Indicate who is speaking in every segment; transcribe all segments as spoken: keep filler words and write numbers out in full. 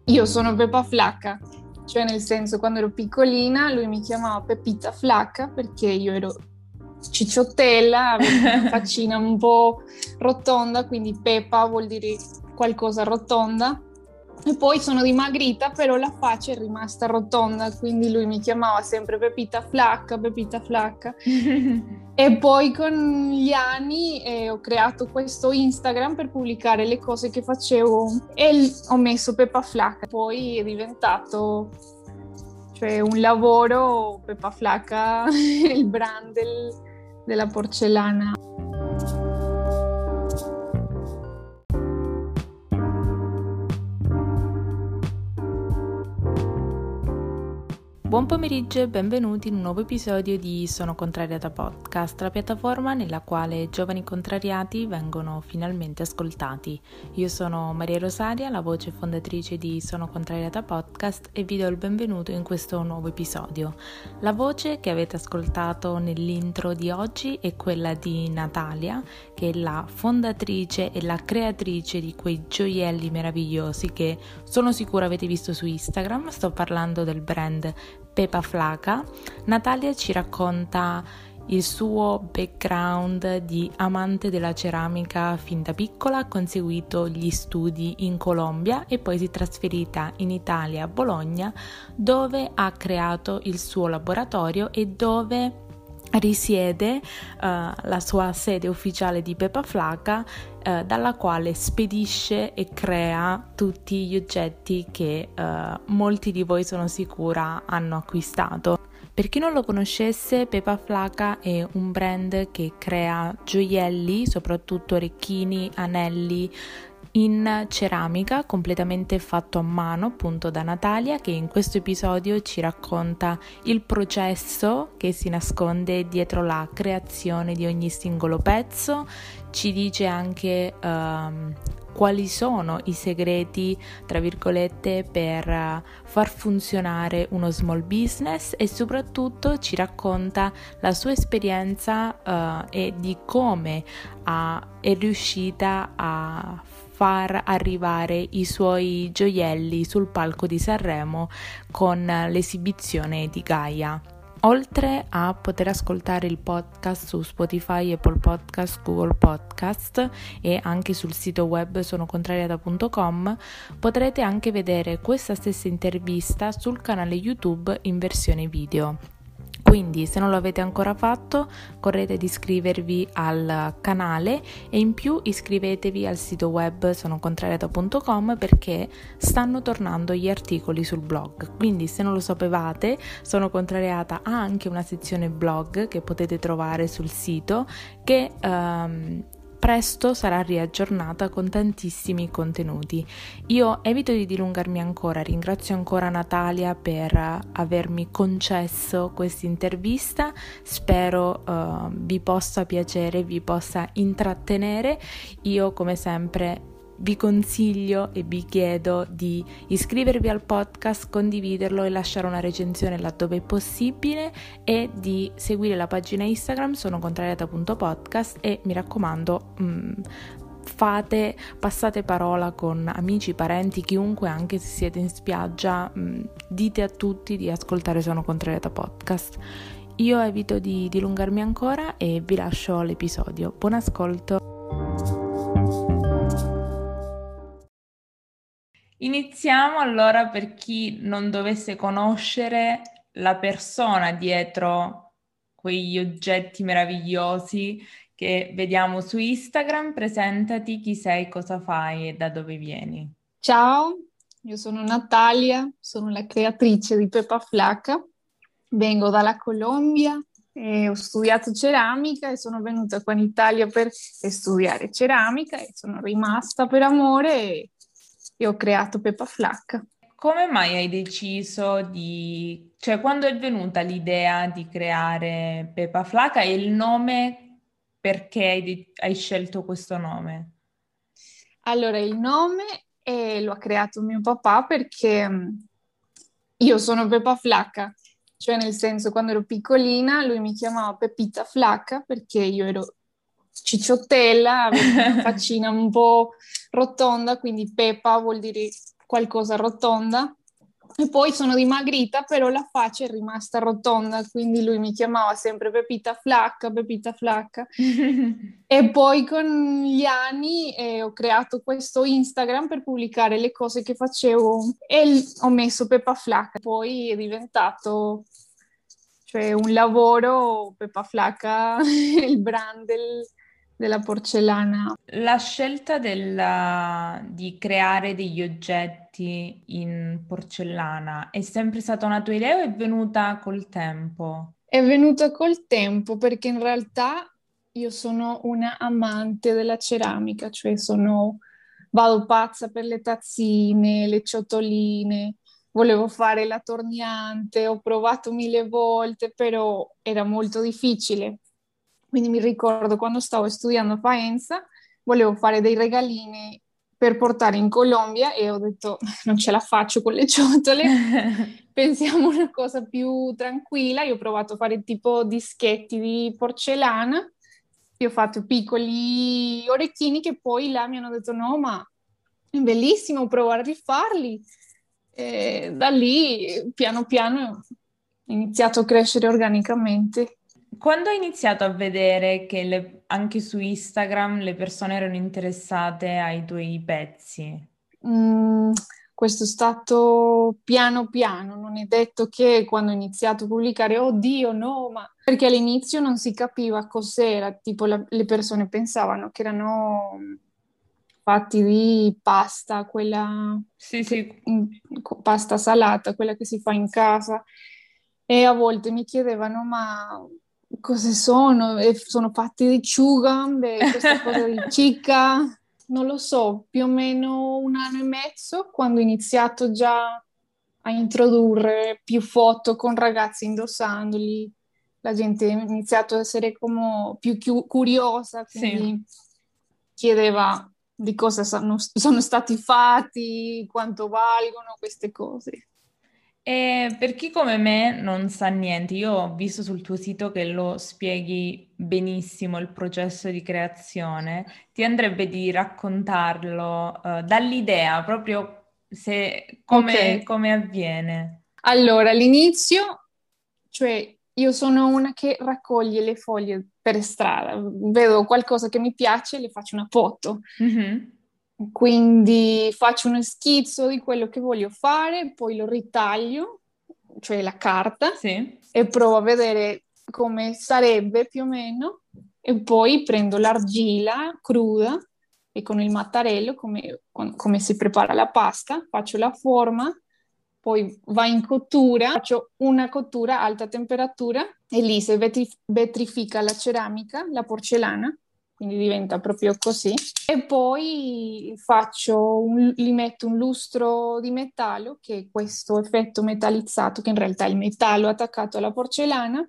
Speaker 1: Io sono Pepa Flacca, cioè nel senso quando ero piccolina lui mi chiamava Pepita Flacca perché io ero cicciottella, avevo una faccina un po' rotonda, quindi Pepa vuol dire qualcosa rotonda. E poi sono dimagrita, però la faccia è rimasta rotonda, quindi lui mi chiamava sempre Pepita Flacca, Pepita Flacca. E poi con gli anni eh, ho creato questo Instagram per pubblicare le cose che facevo e l- ho messo Pepa Flacca. Poi è diventato, cioè, un lavoro, Pepa Flacca, il brand del- della porcellana.
Speaker 2: Buon pomeriggio e benvenuti in un nuovo episodio di Sono Contrariata Podcast, la piattaforma nella quale giovani contrariati vengono finalmente ascoltati. Io sono Maria Rosaria, la voce fondatrice di Sono Contrariata Podcast e vi do il benvenuto in questo nuovo episodio. La voce che avete ascoltato nell'intro di oggi è quella di Natalia, che è la fondatrice e la creatrice di quei gioielli meravigliosi che sono sicura avete visto su Instagram. Sto parlando del brand Pepa Flacca. Natalia ci racconta il suo background di amante della ceramica fin da piccola, ha conseguito gli studi in Colombia e poi si è trasferita in Italia, a Bologna, dove ha creato il suo laboratorio e dove risiede uh, la sua sede ufficiale di Pepa Flacca, uh, dalla quale spedisce e crea tutti gli oggetti che uh, molti di voi sono sicura hanno acquistato. Per chi non lo conoscesse, Pepa Flacca è un brand che crea gioielli, soprattutto orecchini, anelli, in ceramica, completamente fatto a mano appunto da Natalia, che in questo episodio ci racconta il processo che si nasconde dietro la creazione di ogni singolo pezzo, ci dice anche um, quali sono i segreti, tra virgolette, per uh, far funzionare uno small business e soprattutto ci racconta la sua esperienza uh, e di come uh, è riuscita a far arrivare i suoi gioielli sul palco di Sanremo con l'esibizione di Gaia. Oltre a poter ascoltare il podcast su Spotify, Apple Podcast, Google Podcast e anche sul sito web sonocontrariata punto com, potrete anche vedere questa stessa intervista sul canale YouTube in versione video. Quindi, se non lo avete ancora fatto, correte ad iscrivervi al canale e in più iscrivetevi al sito web sonocontrariata punto com perché stanno tornando gli articoli sul blog. Quindi, se non lo sapevate, Sono Contrariata ha anche una sezione blog che potete trovare sul sito che um, presto sarà riaggiornata con tantissimi contenuti. Io evito di dilungarmi ancora, ringrazio ancora Natalia per avermi concesso questa intervista, spero uh, vi possa piacere, vi possa intrattenere. Io come sempre vi consiglio e vi chiedo di iscrivervi al podcast, condividerlo e lasciare una recensione laddove è possibile e di seguire la pagina Instagram sonocontrariata punto podcast e mi raccomando mh, fate, passate parola con amici, parenti, chiunque, anche se siete in spiaggia, mh, dite a tutti di ascoltare Sono Contrariata Podcast. Io evito di dilungarmi ancora e vi lascio l'episodio. Buon ascolto! Iniziamo allora, per chi non dovesse conoscere la persona dietro quegli oggetti meravigliosi che vediamo su Instagram. Presentati, chi sei, cosa fai e da dove vieni.
Speaker 1: Ciao, io sono Natalia, sono la creatrice di Pepa Flacca, vengo dalla Colombia e ho studiato ceramica e sono venuta qua in Italia per studiare ceramica e sono rimasta per amore e, e ho creato Pepa Flacca.
Speaker 2: Come mai hai deciso di... cioè quando è venuta l'idea di creare Pepa Flacca e il nome, perché hai, de- hai scelto questo nome?
Speaker 1: Allora, il nome eh, lo ha creato mio papà perché mh, io sono Pepa Flacca, cioè nel senso quando ero piccolina lui mi chiamava Pepita Flacca perché io ero cicciottella, avevo una faccina un po' rotonda, quindi Pepa vuol dire qualcosa rotonda. E poi sono dimagrita, però la faccia è rimasta rotonda, quindi lui mi chiamava sempre Pepita Flacca, Pepita Flacca. E poi con gli anni eh, ho creato questo Instagram per pubblicare le cose che facevo e l- ho messo Peppa Flacca. Poi è diventato, cioè, un lavoro, Peppa Flacca, il brand del- della porcellana.
Speaker 2: La scelta della- di creare degli oggetti in porcellana è sempre stata una tua idea o è venuta col tempo?
Speaker 1: È venuta col tempo perché in realtà io sono una amante della ceramica, cioè sono, vado pazza per le tazzine, le ciotoline, volevo fare la torniante, ho provato mille volte, però era molto difficile. Quindi mi ricordo quando stavo studiando a Faenza, volevo fare dei regalini per portare in Colombia e ho detto non ce la faccio con le ciotole, pensiamo a una cosa più tranquilla. Io ho provato a fare tipo dischetti di porcellana, io ho fatto piccoli orecchini che poi là mi hanno detto no, ma è bellissimo provare a rifarli. E da lì piano piano è iniziato a crescere organicamente.
Speaker 2: Quando hai iniziato a vedere che le- anche su Instagram le persone erano interessate ai tuoi pezzi?
Speaker 1: Mm, questo è stato piano piano, non è detto che quando ho iniziato a pubblicare, oddio, no, ma perché all'inizio non si capiva cos'era, tipo la- le persone pensavano che erano mm, fatti di pasta, quella
Speaker 2: Sì,
Speaker 1: che-
Speaker 2: sì.
Speaker 1: mm, co- pasta salata, quella che si fa in casa, e a volte mi chiedevano, ma cosa sono? E sono fatti di chewing, e questa cosa di cicca. Non lo so, più o meno un anno e mezzo, quando ho iniziato già a introdurre più foto con ragazzi indossandoli, la gente ha iniziato ad essere come più chiu- curiosa,
Speaker 2: Sì.
Speaker 1: quindi chiedeva di cosa sono, sono stati fatti, quanto valgono queste cose.
Speaker 2: E per chi come me non sa niente, io ho visto sul tuo sito che lo spieghi benissimo il processo di creazione, ti andrebbe di raccontarlo, eh, dall'idea, proprio se,
Speaker 1: Ok,
Speaker 2: come, come avviene.
Speaker 1: allora all'inizio, cioè io sono una che raccoglie le foglie per strada, vedo qualcosa che mi piace, le faccio una foto.
Speaker 2: Mhm.
Speaker 1: Quindi faccio uno schizzo di quello che voglio fare, poi lo ritaglio, cioè la carta,
Speaker 2: Sì.
Speaker 1: e provo a vedere come sarebbe più o meno, e poi prendo l'argilla cruda e con il mattarello, come, con- come si prepara la pasta, faccio la forma, poi va in cottura, faccio una cottura a alta temperatura e lì si vetri- vetrifica la ceramica, la porcellana, quindi diventa proprio così. E poi faccio un- gli metto un lustro di metallo, che è questo effetto metallizzato, che in realtà è il metallo attaccato alla porcellana,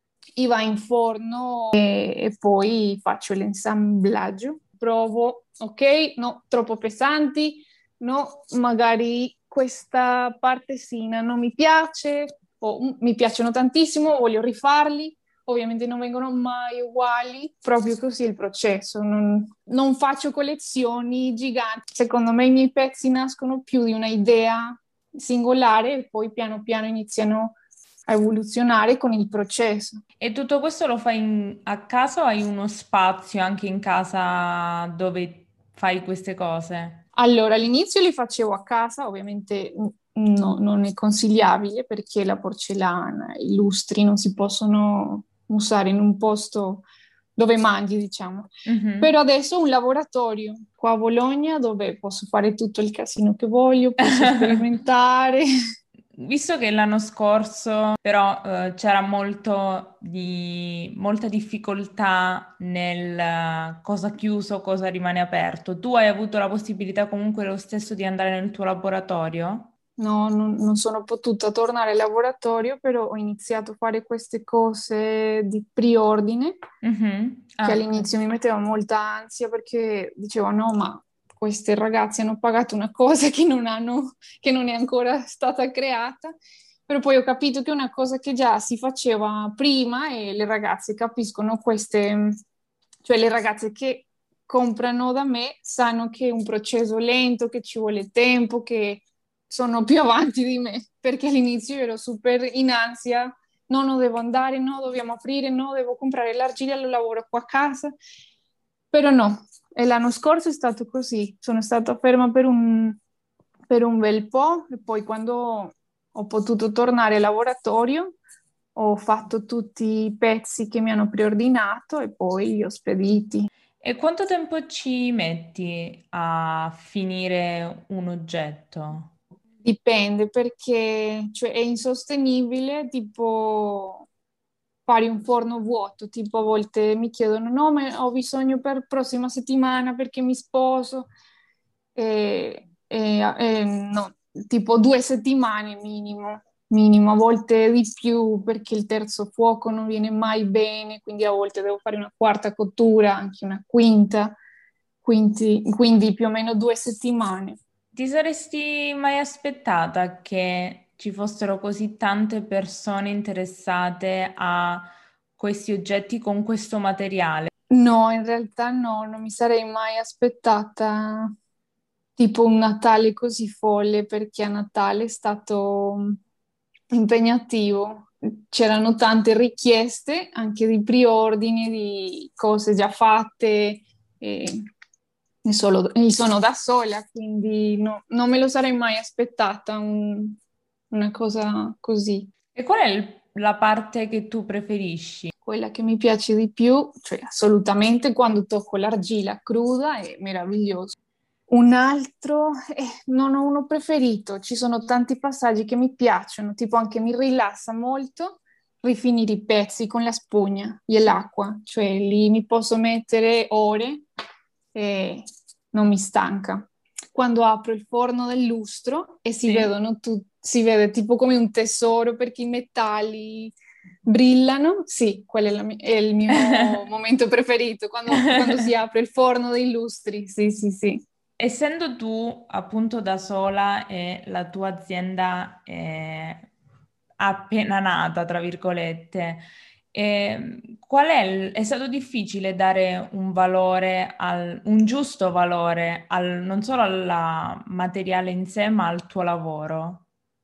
Speaker 1: e va in forno e, e poi faccio l'assemblaggio. Provo, ok, no, troppo pesanti, no, magari questa partecina non mi piace, o mm, mi piacciono tantissimo, voglio rifarli. Ovviamente non vengono mai uguali, proprio così è il processo. Non, non faccio collezioni giganti. Secondo me i miei pezzi nascono più di una idea singolare e poi piano piano iniziano a evoluzionare con il processo.
Speaker 2: E tutto questo lo fai in- a casa o hai uno spazio anche in casa dove fai queste cose?
Speaker 1: Allora, all'inizio li facevo a casa, ovviamente mm, no- non è consigliabile perché la porcellana, i lustri non si possono usare in un posto dove mangi, diciamo.
Speaker 2: Mhm.
Speaker 1: Però adesso ho un laboratorio qua a Bologna dove posso fare tutto il casino che voglio, posso sperimentare.
Speaker 2: Visto che l'anno scorso però eh, c'era molto di, molta difficoltà nel eh, cosa chiuso, cosa rimane aperto, tu hai avuto la possibilità comunque lo stesso di andare nel tuo laboratorio?
Speaker 1: No, non, non sono potuta tornare al laboratorio, però ho iniziato a fare queste cose di preordine
Speaker 2: Mhm.
Speaker 1: che
Speaker 2: Ah, ok.
Speaker 1: all'inizio mi metteva molta ansia perché dicevo no, ma questi ragazzi hanno pagato una cosa che non hanno, che non è ancora stata creata, però poi ho capito che è una cosa che già si faceva prima e le ragazze capiscono queste, cioè le ragazze che comprano da me sanno che è un processo lento, che ci vuole tempo, che sono più avanti di me, perché all'inizio ero super in ansia, no, non devo andare, no, dobbiamo aprire, no, devo comprare l'argilla, lo lavoro qua a casa, però no, e l'anno scorso è stato così, sono stata ferma per un, per un bel po' e poi quando ho potuto tornare al laboratorio ho fatto tutti i pezzi che mi hanno preordinato e poi li ho spediti.
Speaker 2: E quanto tempo ci metti a finire un oggetto?
Speaker 1: Dipende perché cioè, è insostenibile, tipo fare un forno vuoto, tipo a volte mi chiedono no, ma ho bisogno per prossima settimana perché mi sposo, e, e- e no, tipo due settimane minimo, minimo, a volte di più perché il terzo fuoco non viene mai bene, quindi a volte devo fare una quarta cottura, anche una quinta, quindi, quindi più o meno due settimane.
Speaker 2: Ti saresti mai aspettata che ci fossero così tante persone interessate a questi oggetti con questo materiale?
Speaker 1: No, in realtà no, non mi sarei mai aspettata tipo un Natale così folle perché a Natale è stato mm, impegnativo. C'erano tante richieste anche di priordini, di cose già fatte e ne solo- e sono da sola, quindi no- non me lo sarei mai aspettata un- una cosa così.
Speaker 2: E qual è il- la parte che tu preferisci?
Speaker 1: Quella che mi piace di più, cioè assolutamente quando tocco l'argilla cruda è meraviglioso. Un altro, eh, non ho uno preferito, ci sono tanti passaggi che mi piacciono, tipo anche mi rilassa molto rifinire i pezzi con la spugna e l'acqua, cioè lì mi posso mettere ore e non mi stanca. Quando apro il forno del lustro e si
Speaker 2: Sì.
Speaker 1: vedono tu- si vede tipo come un tesoro perché i metalli brillano, sì, quello è, la mi- è il mio momento preferito, quando, quando si apre il forno dei lustri, sì, sì, sì.
Speaker 2: Essendo tu appunto da sola e la tua azienda è appena nata, tra virgolette, ehm, qual è, il- è stato difficile dare un valore al, un giusto valore al, non solo al materiale in sé, ma al tuo lavoro?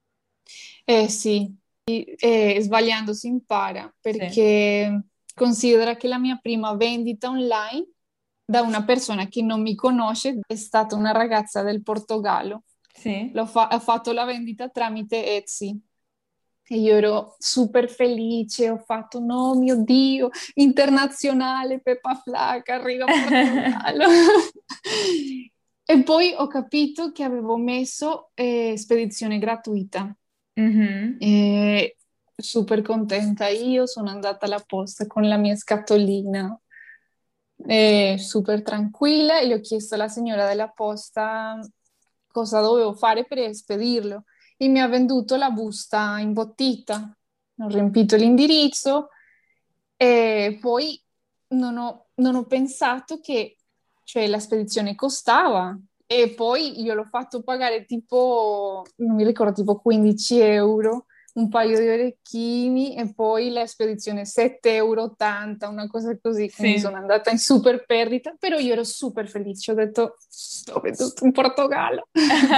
Speaker 1: Eh sì, e sbagliando si impara
Speaker 2: Sì,
Speaker 1: perché considera che la mia prima vendita online da una persona che non mi conosce è stata una ragazza del Portogallo.
Speaker 2: sì.
Speaker 1: L'ho fa- ha fatto la vendita tramite Etsy. E io ero super felice, ho fatto, no, mio Dio, internazionale, Peppa Flacca, arriva a Portogallo. E poi ho capito che avevo messo eh, spedizione gratuita.
Speaker 2: Mhm.
Speaker 1: E super contenta io, sono andata alla posta con la mia scatolina, e super tranquilla e gli ho chiesto alla signora della posta cosa dovevo fare per spedirlo e mi ha venduto la busta imbottita. Ho riempito l'indirizzo e poi non ho, non ho pensato che cioè, la spedizione costava e poi io l'ho fatto pagare tipo, non mi ricordo, tipo quindici euro, un paio di orecchini e poi la spedizione sette euro e ottanta, una cosa così, quindi
Speaker 2: Sì.
Speaker 1: sono andata in super perdita, però io ero super felice, ho detto, ho venduto in Portogallo.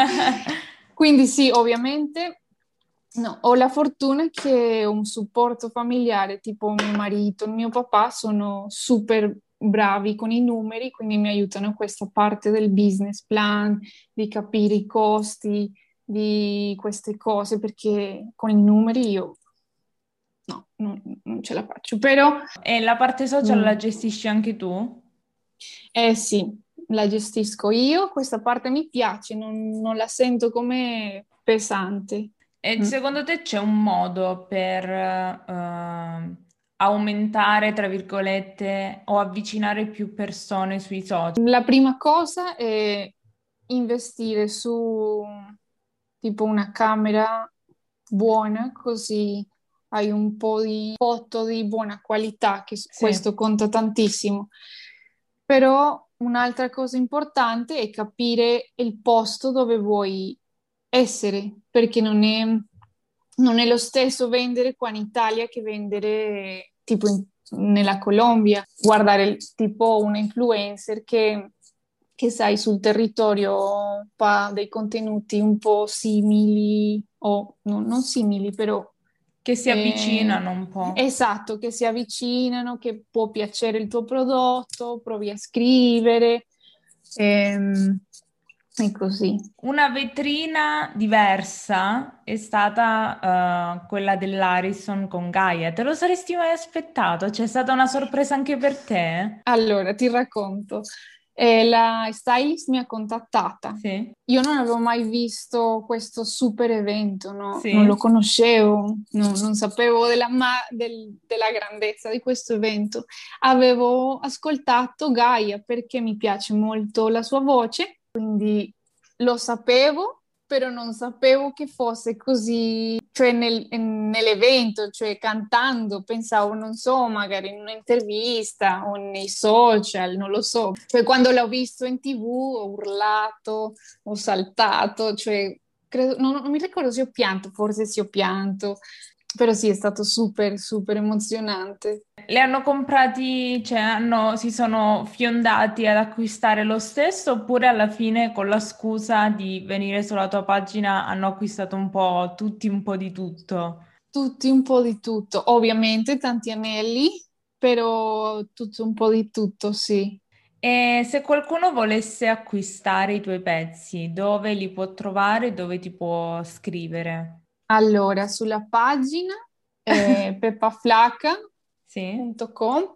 Speaker 1: Quindi sì, ovviamente no, ho la fortuna che ho un supporto familiare, tipo mio marito, il mio papà, sono super bravi con i numeri, quindi mi aiutano a questa parte del business plan, di capire i costi di queste cose, perché con i numeri io no, non, non ce la faccio. Però
Speaker 2: E la parte social la
Speaker 1: mm,
Speaker 2: gestisci anche tu?
Speaker 1: eh sì, la gestisco io, questa parte mi piace, non, non la sento come pesante.
Speaker 2: E
Speaker 1: Mm.
Speaker 2: secondo te c'è un modo per eh, aumentare, tra virgolette, o avvicinare più persone sui social?
Speaker 1: La prima cosa è investire su tipo una camera buona, così hai un po' di foto di buona qualità, che s-
Speaker 2: Sì.
Speaker 1: questo conta tantissimo. Però un'altra cosa importante è capire il posto dove vuoi essere, perché non è, non è lo stesso vendere qua in Italia che vendere tipo in- nella Colombia. Guardare il- tipo un influencer che che sai, sul territorio fa dei contenuti un po' simili, o no, non simili, però
Speaker 2: Che si
Speaker 1: eh,
Speaker 2: avvicinano un po'.
Speaker 1: esatto, che si avvicinano, che può piacere il tuo prodotto, provi a scrivere, ehm, e così.
Speaker 2: Una vetrina diversa è stata eh, quella dell'Harrison con Gaia. Te lo saresti mai aspettato? C'è stata una sorpresa anche per te?
Speaker 1: Allora, ti racconto. Eh, la stylist mi ha contattata.
Speaker 2: Sì,
Speaker 1: Io non avevo mai visto questo super evento, no? Non lo
Speaker 2: sì.
Speaker 1: conoscevo, no, non sapevo della, ma- del- della grandezza di questo evento. Avevo ascoltato Gaia perché mi piace molto la sua voce, quindi lo sapevo, però non sapevo che fosse così, cioè nel- nell'evento, cioè cantando, pensavo, non so, magari in un'intervista o nei social, non lo so. Cioè quando l'ho visto in T V ho urlato, ho saltato, cioè credo- non, non mi ricordo se ho pianto, forse sì ho pianto, però sì, è stato super, super emozionante.
Speaker 2: Le hanno comprati, cioè hanno- si sono fiondati ad acquistare lo stesso oppure alla fine con la scusa di venire sulla tua pagina hanno acquistato un po' tutti un po' di tutto?
Speaker 1: Tutti un po' di tutto, ovviamente tanti anelli, però tutto un po' di tutto, sì.
Speaker 2: E se qualcuno volesse acquistare i tuoi pezzi, dove li può trovare, dove ti può scrivere?
Speaker 1: Allora, sulla pagina eh,
Speaker 2: Sì?
Speaker 1: peppaflaca punto com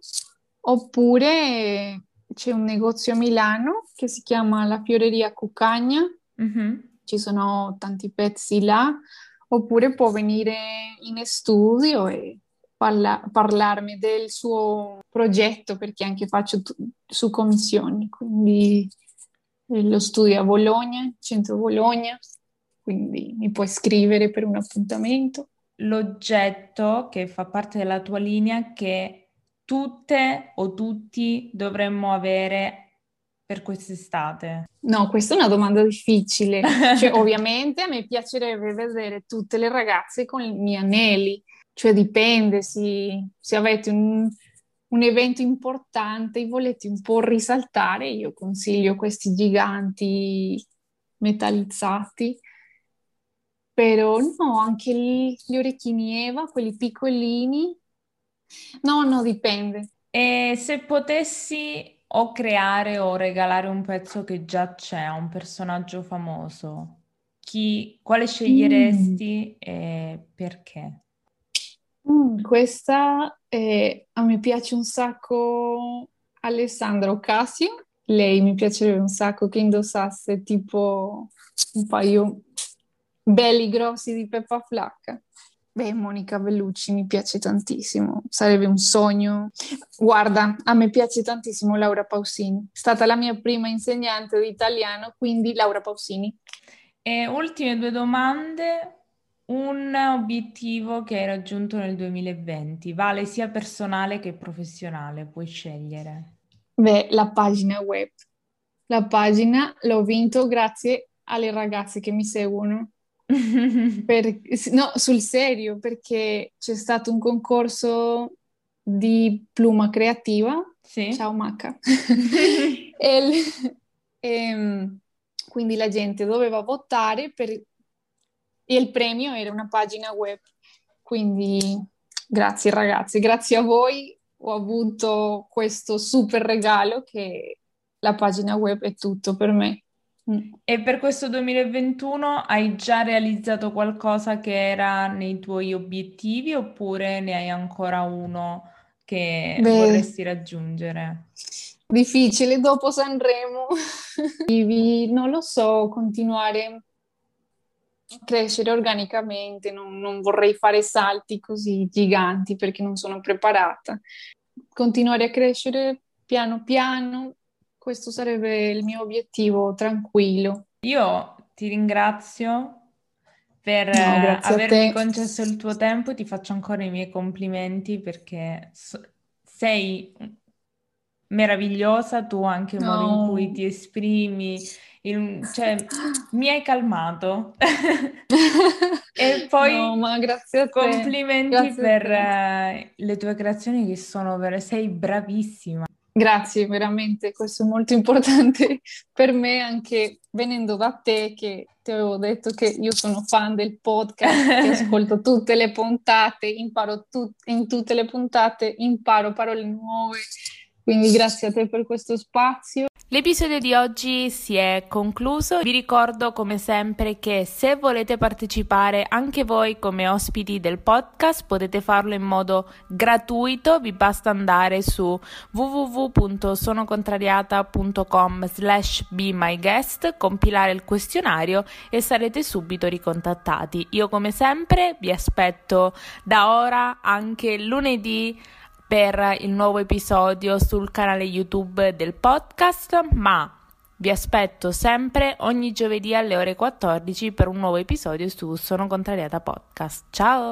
Speaker 1: oppure c'è un negozio a Milano che si chiama La Fioreria Cuccagna,
Speaker 2: Mhm.
Speaker 1: ci sono tanti pezzi là, oppure può venire in studio e parla- parlarmi del suo progetto perché anche faccio tu- su commissioni, quindi eh, lo studio a Bologna, centro Bologna, quindi mi puoi scrivere per un appuntamento.
Speaker 2: L'oggetto che fa parte della tua linea che tutte o tutti dovremmo avere per quest'estate.
Speaker 1: No, questa è una domanda difficile. Cioè, ovviamente a me piacerebbe vedere tutte le ragazze con i miei anelli, cioè dipende se, se avete un, un evento importante e volete un po' risaltare, io consiglio questi giganti metallizzati, però no, anche lì gli orecchini Eva, quelli piccolini, no, no, dipende.
Speaker 2: E se potessi o creare o regalare un pezzo che già c'è a un personaggio famoso, chi, quale
Speaker 1: Mm.
Speaker 2: sceglieresti e perché?
Speaker 1: Mm, questa eh, a me piace un sacco Alessandra Ocasio. Lei mi piacerebbe un sacco che indossasse tipo un paio belli grossi di Peppa Flacca. Beh, Monica Bellucci mi piace tantissimo, sarebbe un sogno. Guarda, a me piace tantissimo Laura Pausini, è stata la mia prima insegnante di italiano, quindi Laura Pausini.
Speaker 2: E ultime due domande. Un obiettivo che hai raggiunto nel duemilaventi, vale sia personale che professionale, puoi scegliere.
Speaker 1: Beh, la pagina web. La pagina l'ho vinto grazie alle ragazze che mi seguono. Per- no, sul serio, perché c'è stato un concorso di pluma creativa.
Speaker 2: Sì?
Speaker 1: Ciao Maca. E il- ehm, quindi la gente doveva votare per- e il premio era una pagina web. Quindi grazie ragazzi, grazie a voi ho avuto questo super regalo che la pagina web è tutto per me. Mm.
Speaker 2: E per questo duemilaventuno hai già realizzato qualcosa che era nei tuoi obiettivi oppure ne hai ancora uno che
Speaker 1: Beh,
Speaker 2: vorresti raggiungere?
Speaker 1: difficile dopo Sanremo. Devi, non lo so, continuare a crescere organicamente, non, non vorrei fare salti così giganti perché non sono preparata. Continuare a crescere piano piano, questo sarebbe il mio obiettivo tranquillo.
Speaker 2: Io ti ringrazio per
Speaker 1: No,
Speaker 2: eh,
Speaker 1: grazie a
Speaker 2: avermi
Speaker 1: te.
Speaker 2: concesso il tuo tempo, ti faccio ancora i miei complimenti perché so- sei meravigliosa, tu anche il modo in cui
Speaker 1: No.
Speaker 2: ti esprimi, il- cioè mi hai calmato. E
Speaker 1: No,
Speaker 2: poi
Speaker 1: ma grazie a te.
Speaker 2: complimenti
Speaker 1: Grazie a
Speaker 2: per
Speaker 1: te.
Speaker 2: eh, le tue creazioni che sono vere, sei bravissima.
Speaker 1: Grazie, veramente, questo è molto importante per me, anche venendo da te, che ti avevo detto che io sono fan del podcast, che ascolto tutte le puntate, imparo tut- in tutte le puntate, imparo parole nuove, quindi grazie a te per questo spazio.
Speaker 2: L'episodio di oggi si è concluso. Vi ricordo come sempre che se volete partecipare anche voi come ospiti del podcast potete farlo in modo gratuito, vi basta andare su w w w punto sonocontrariata punto com slash be my guest, compilare il questionario e sarete subito ricontattati. Io come sempre vi aspetto da ora anche lunedì per il nuovo episodio sul canale YouTube del podcast, ma vi aspetto sempre ogni giovedì alle ore quattordici per un nuovo episodio su Sono Contrariata Podcast. Ciao!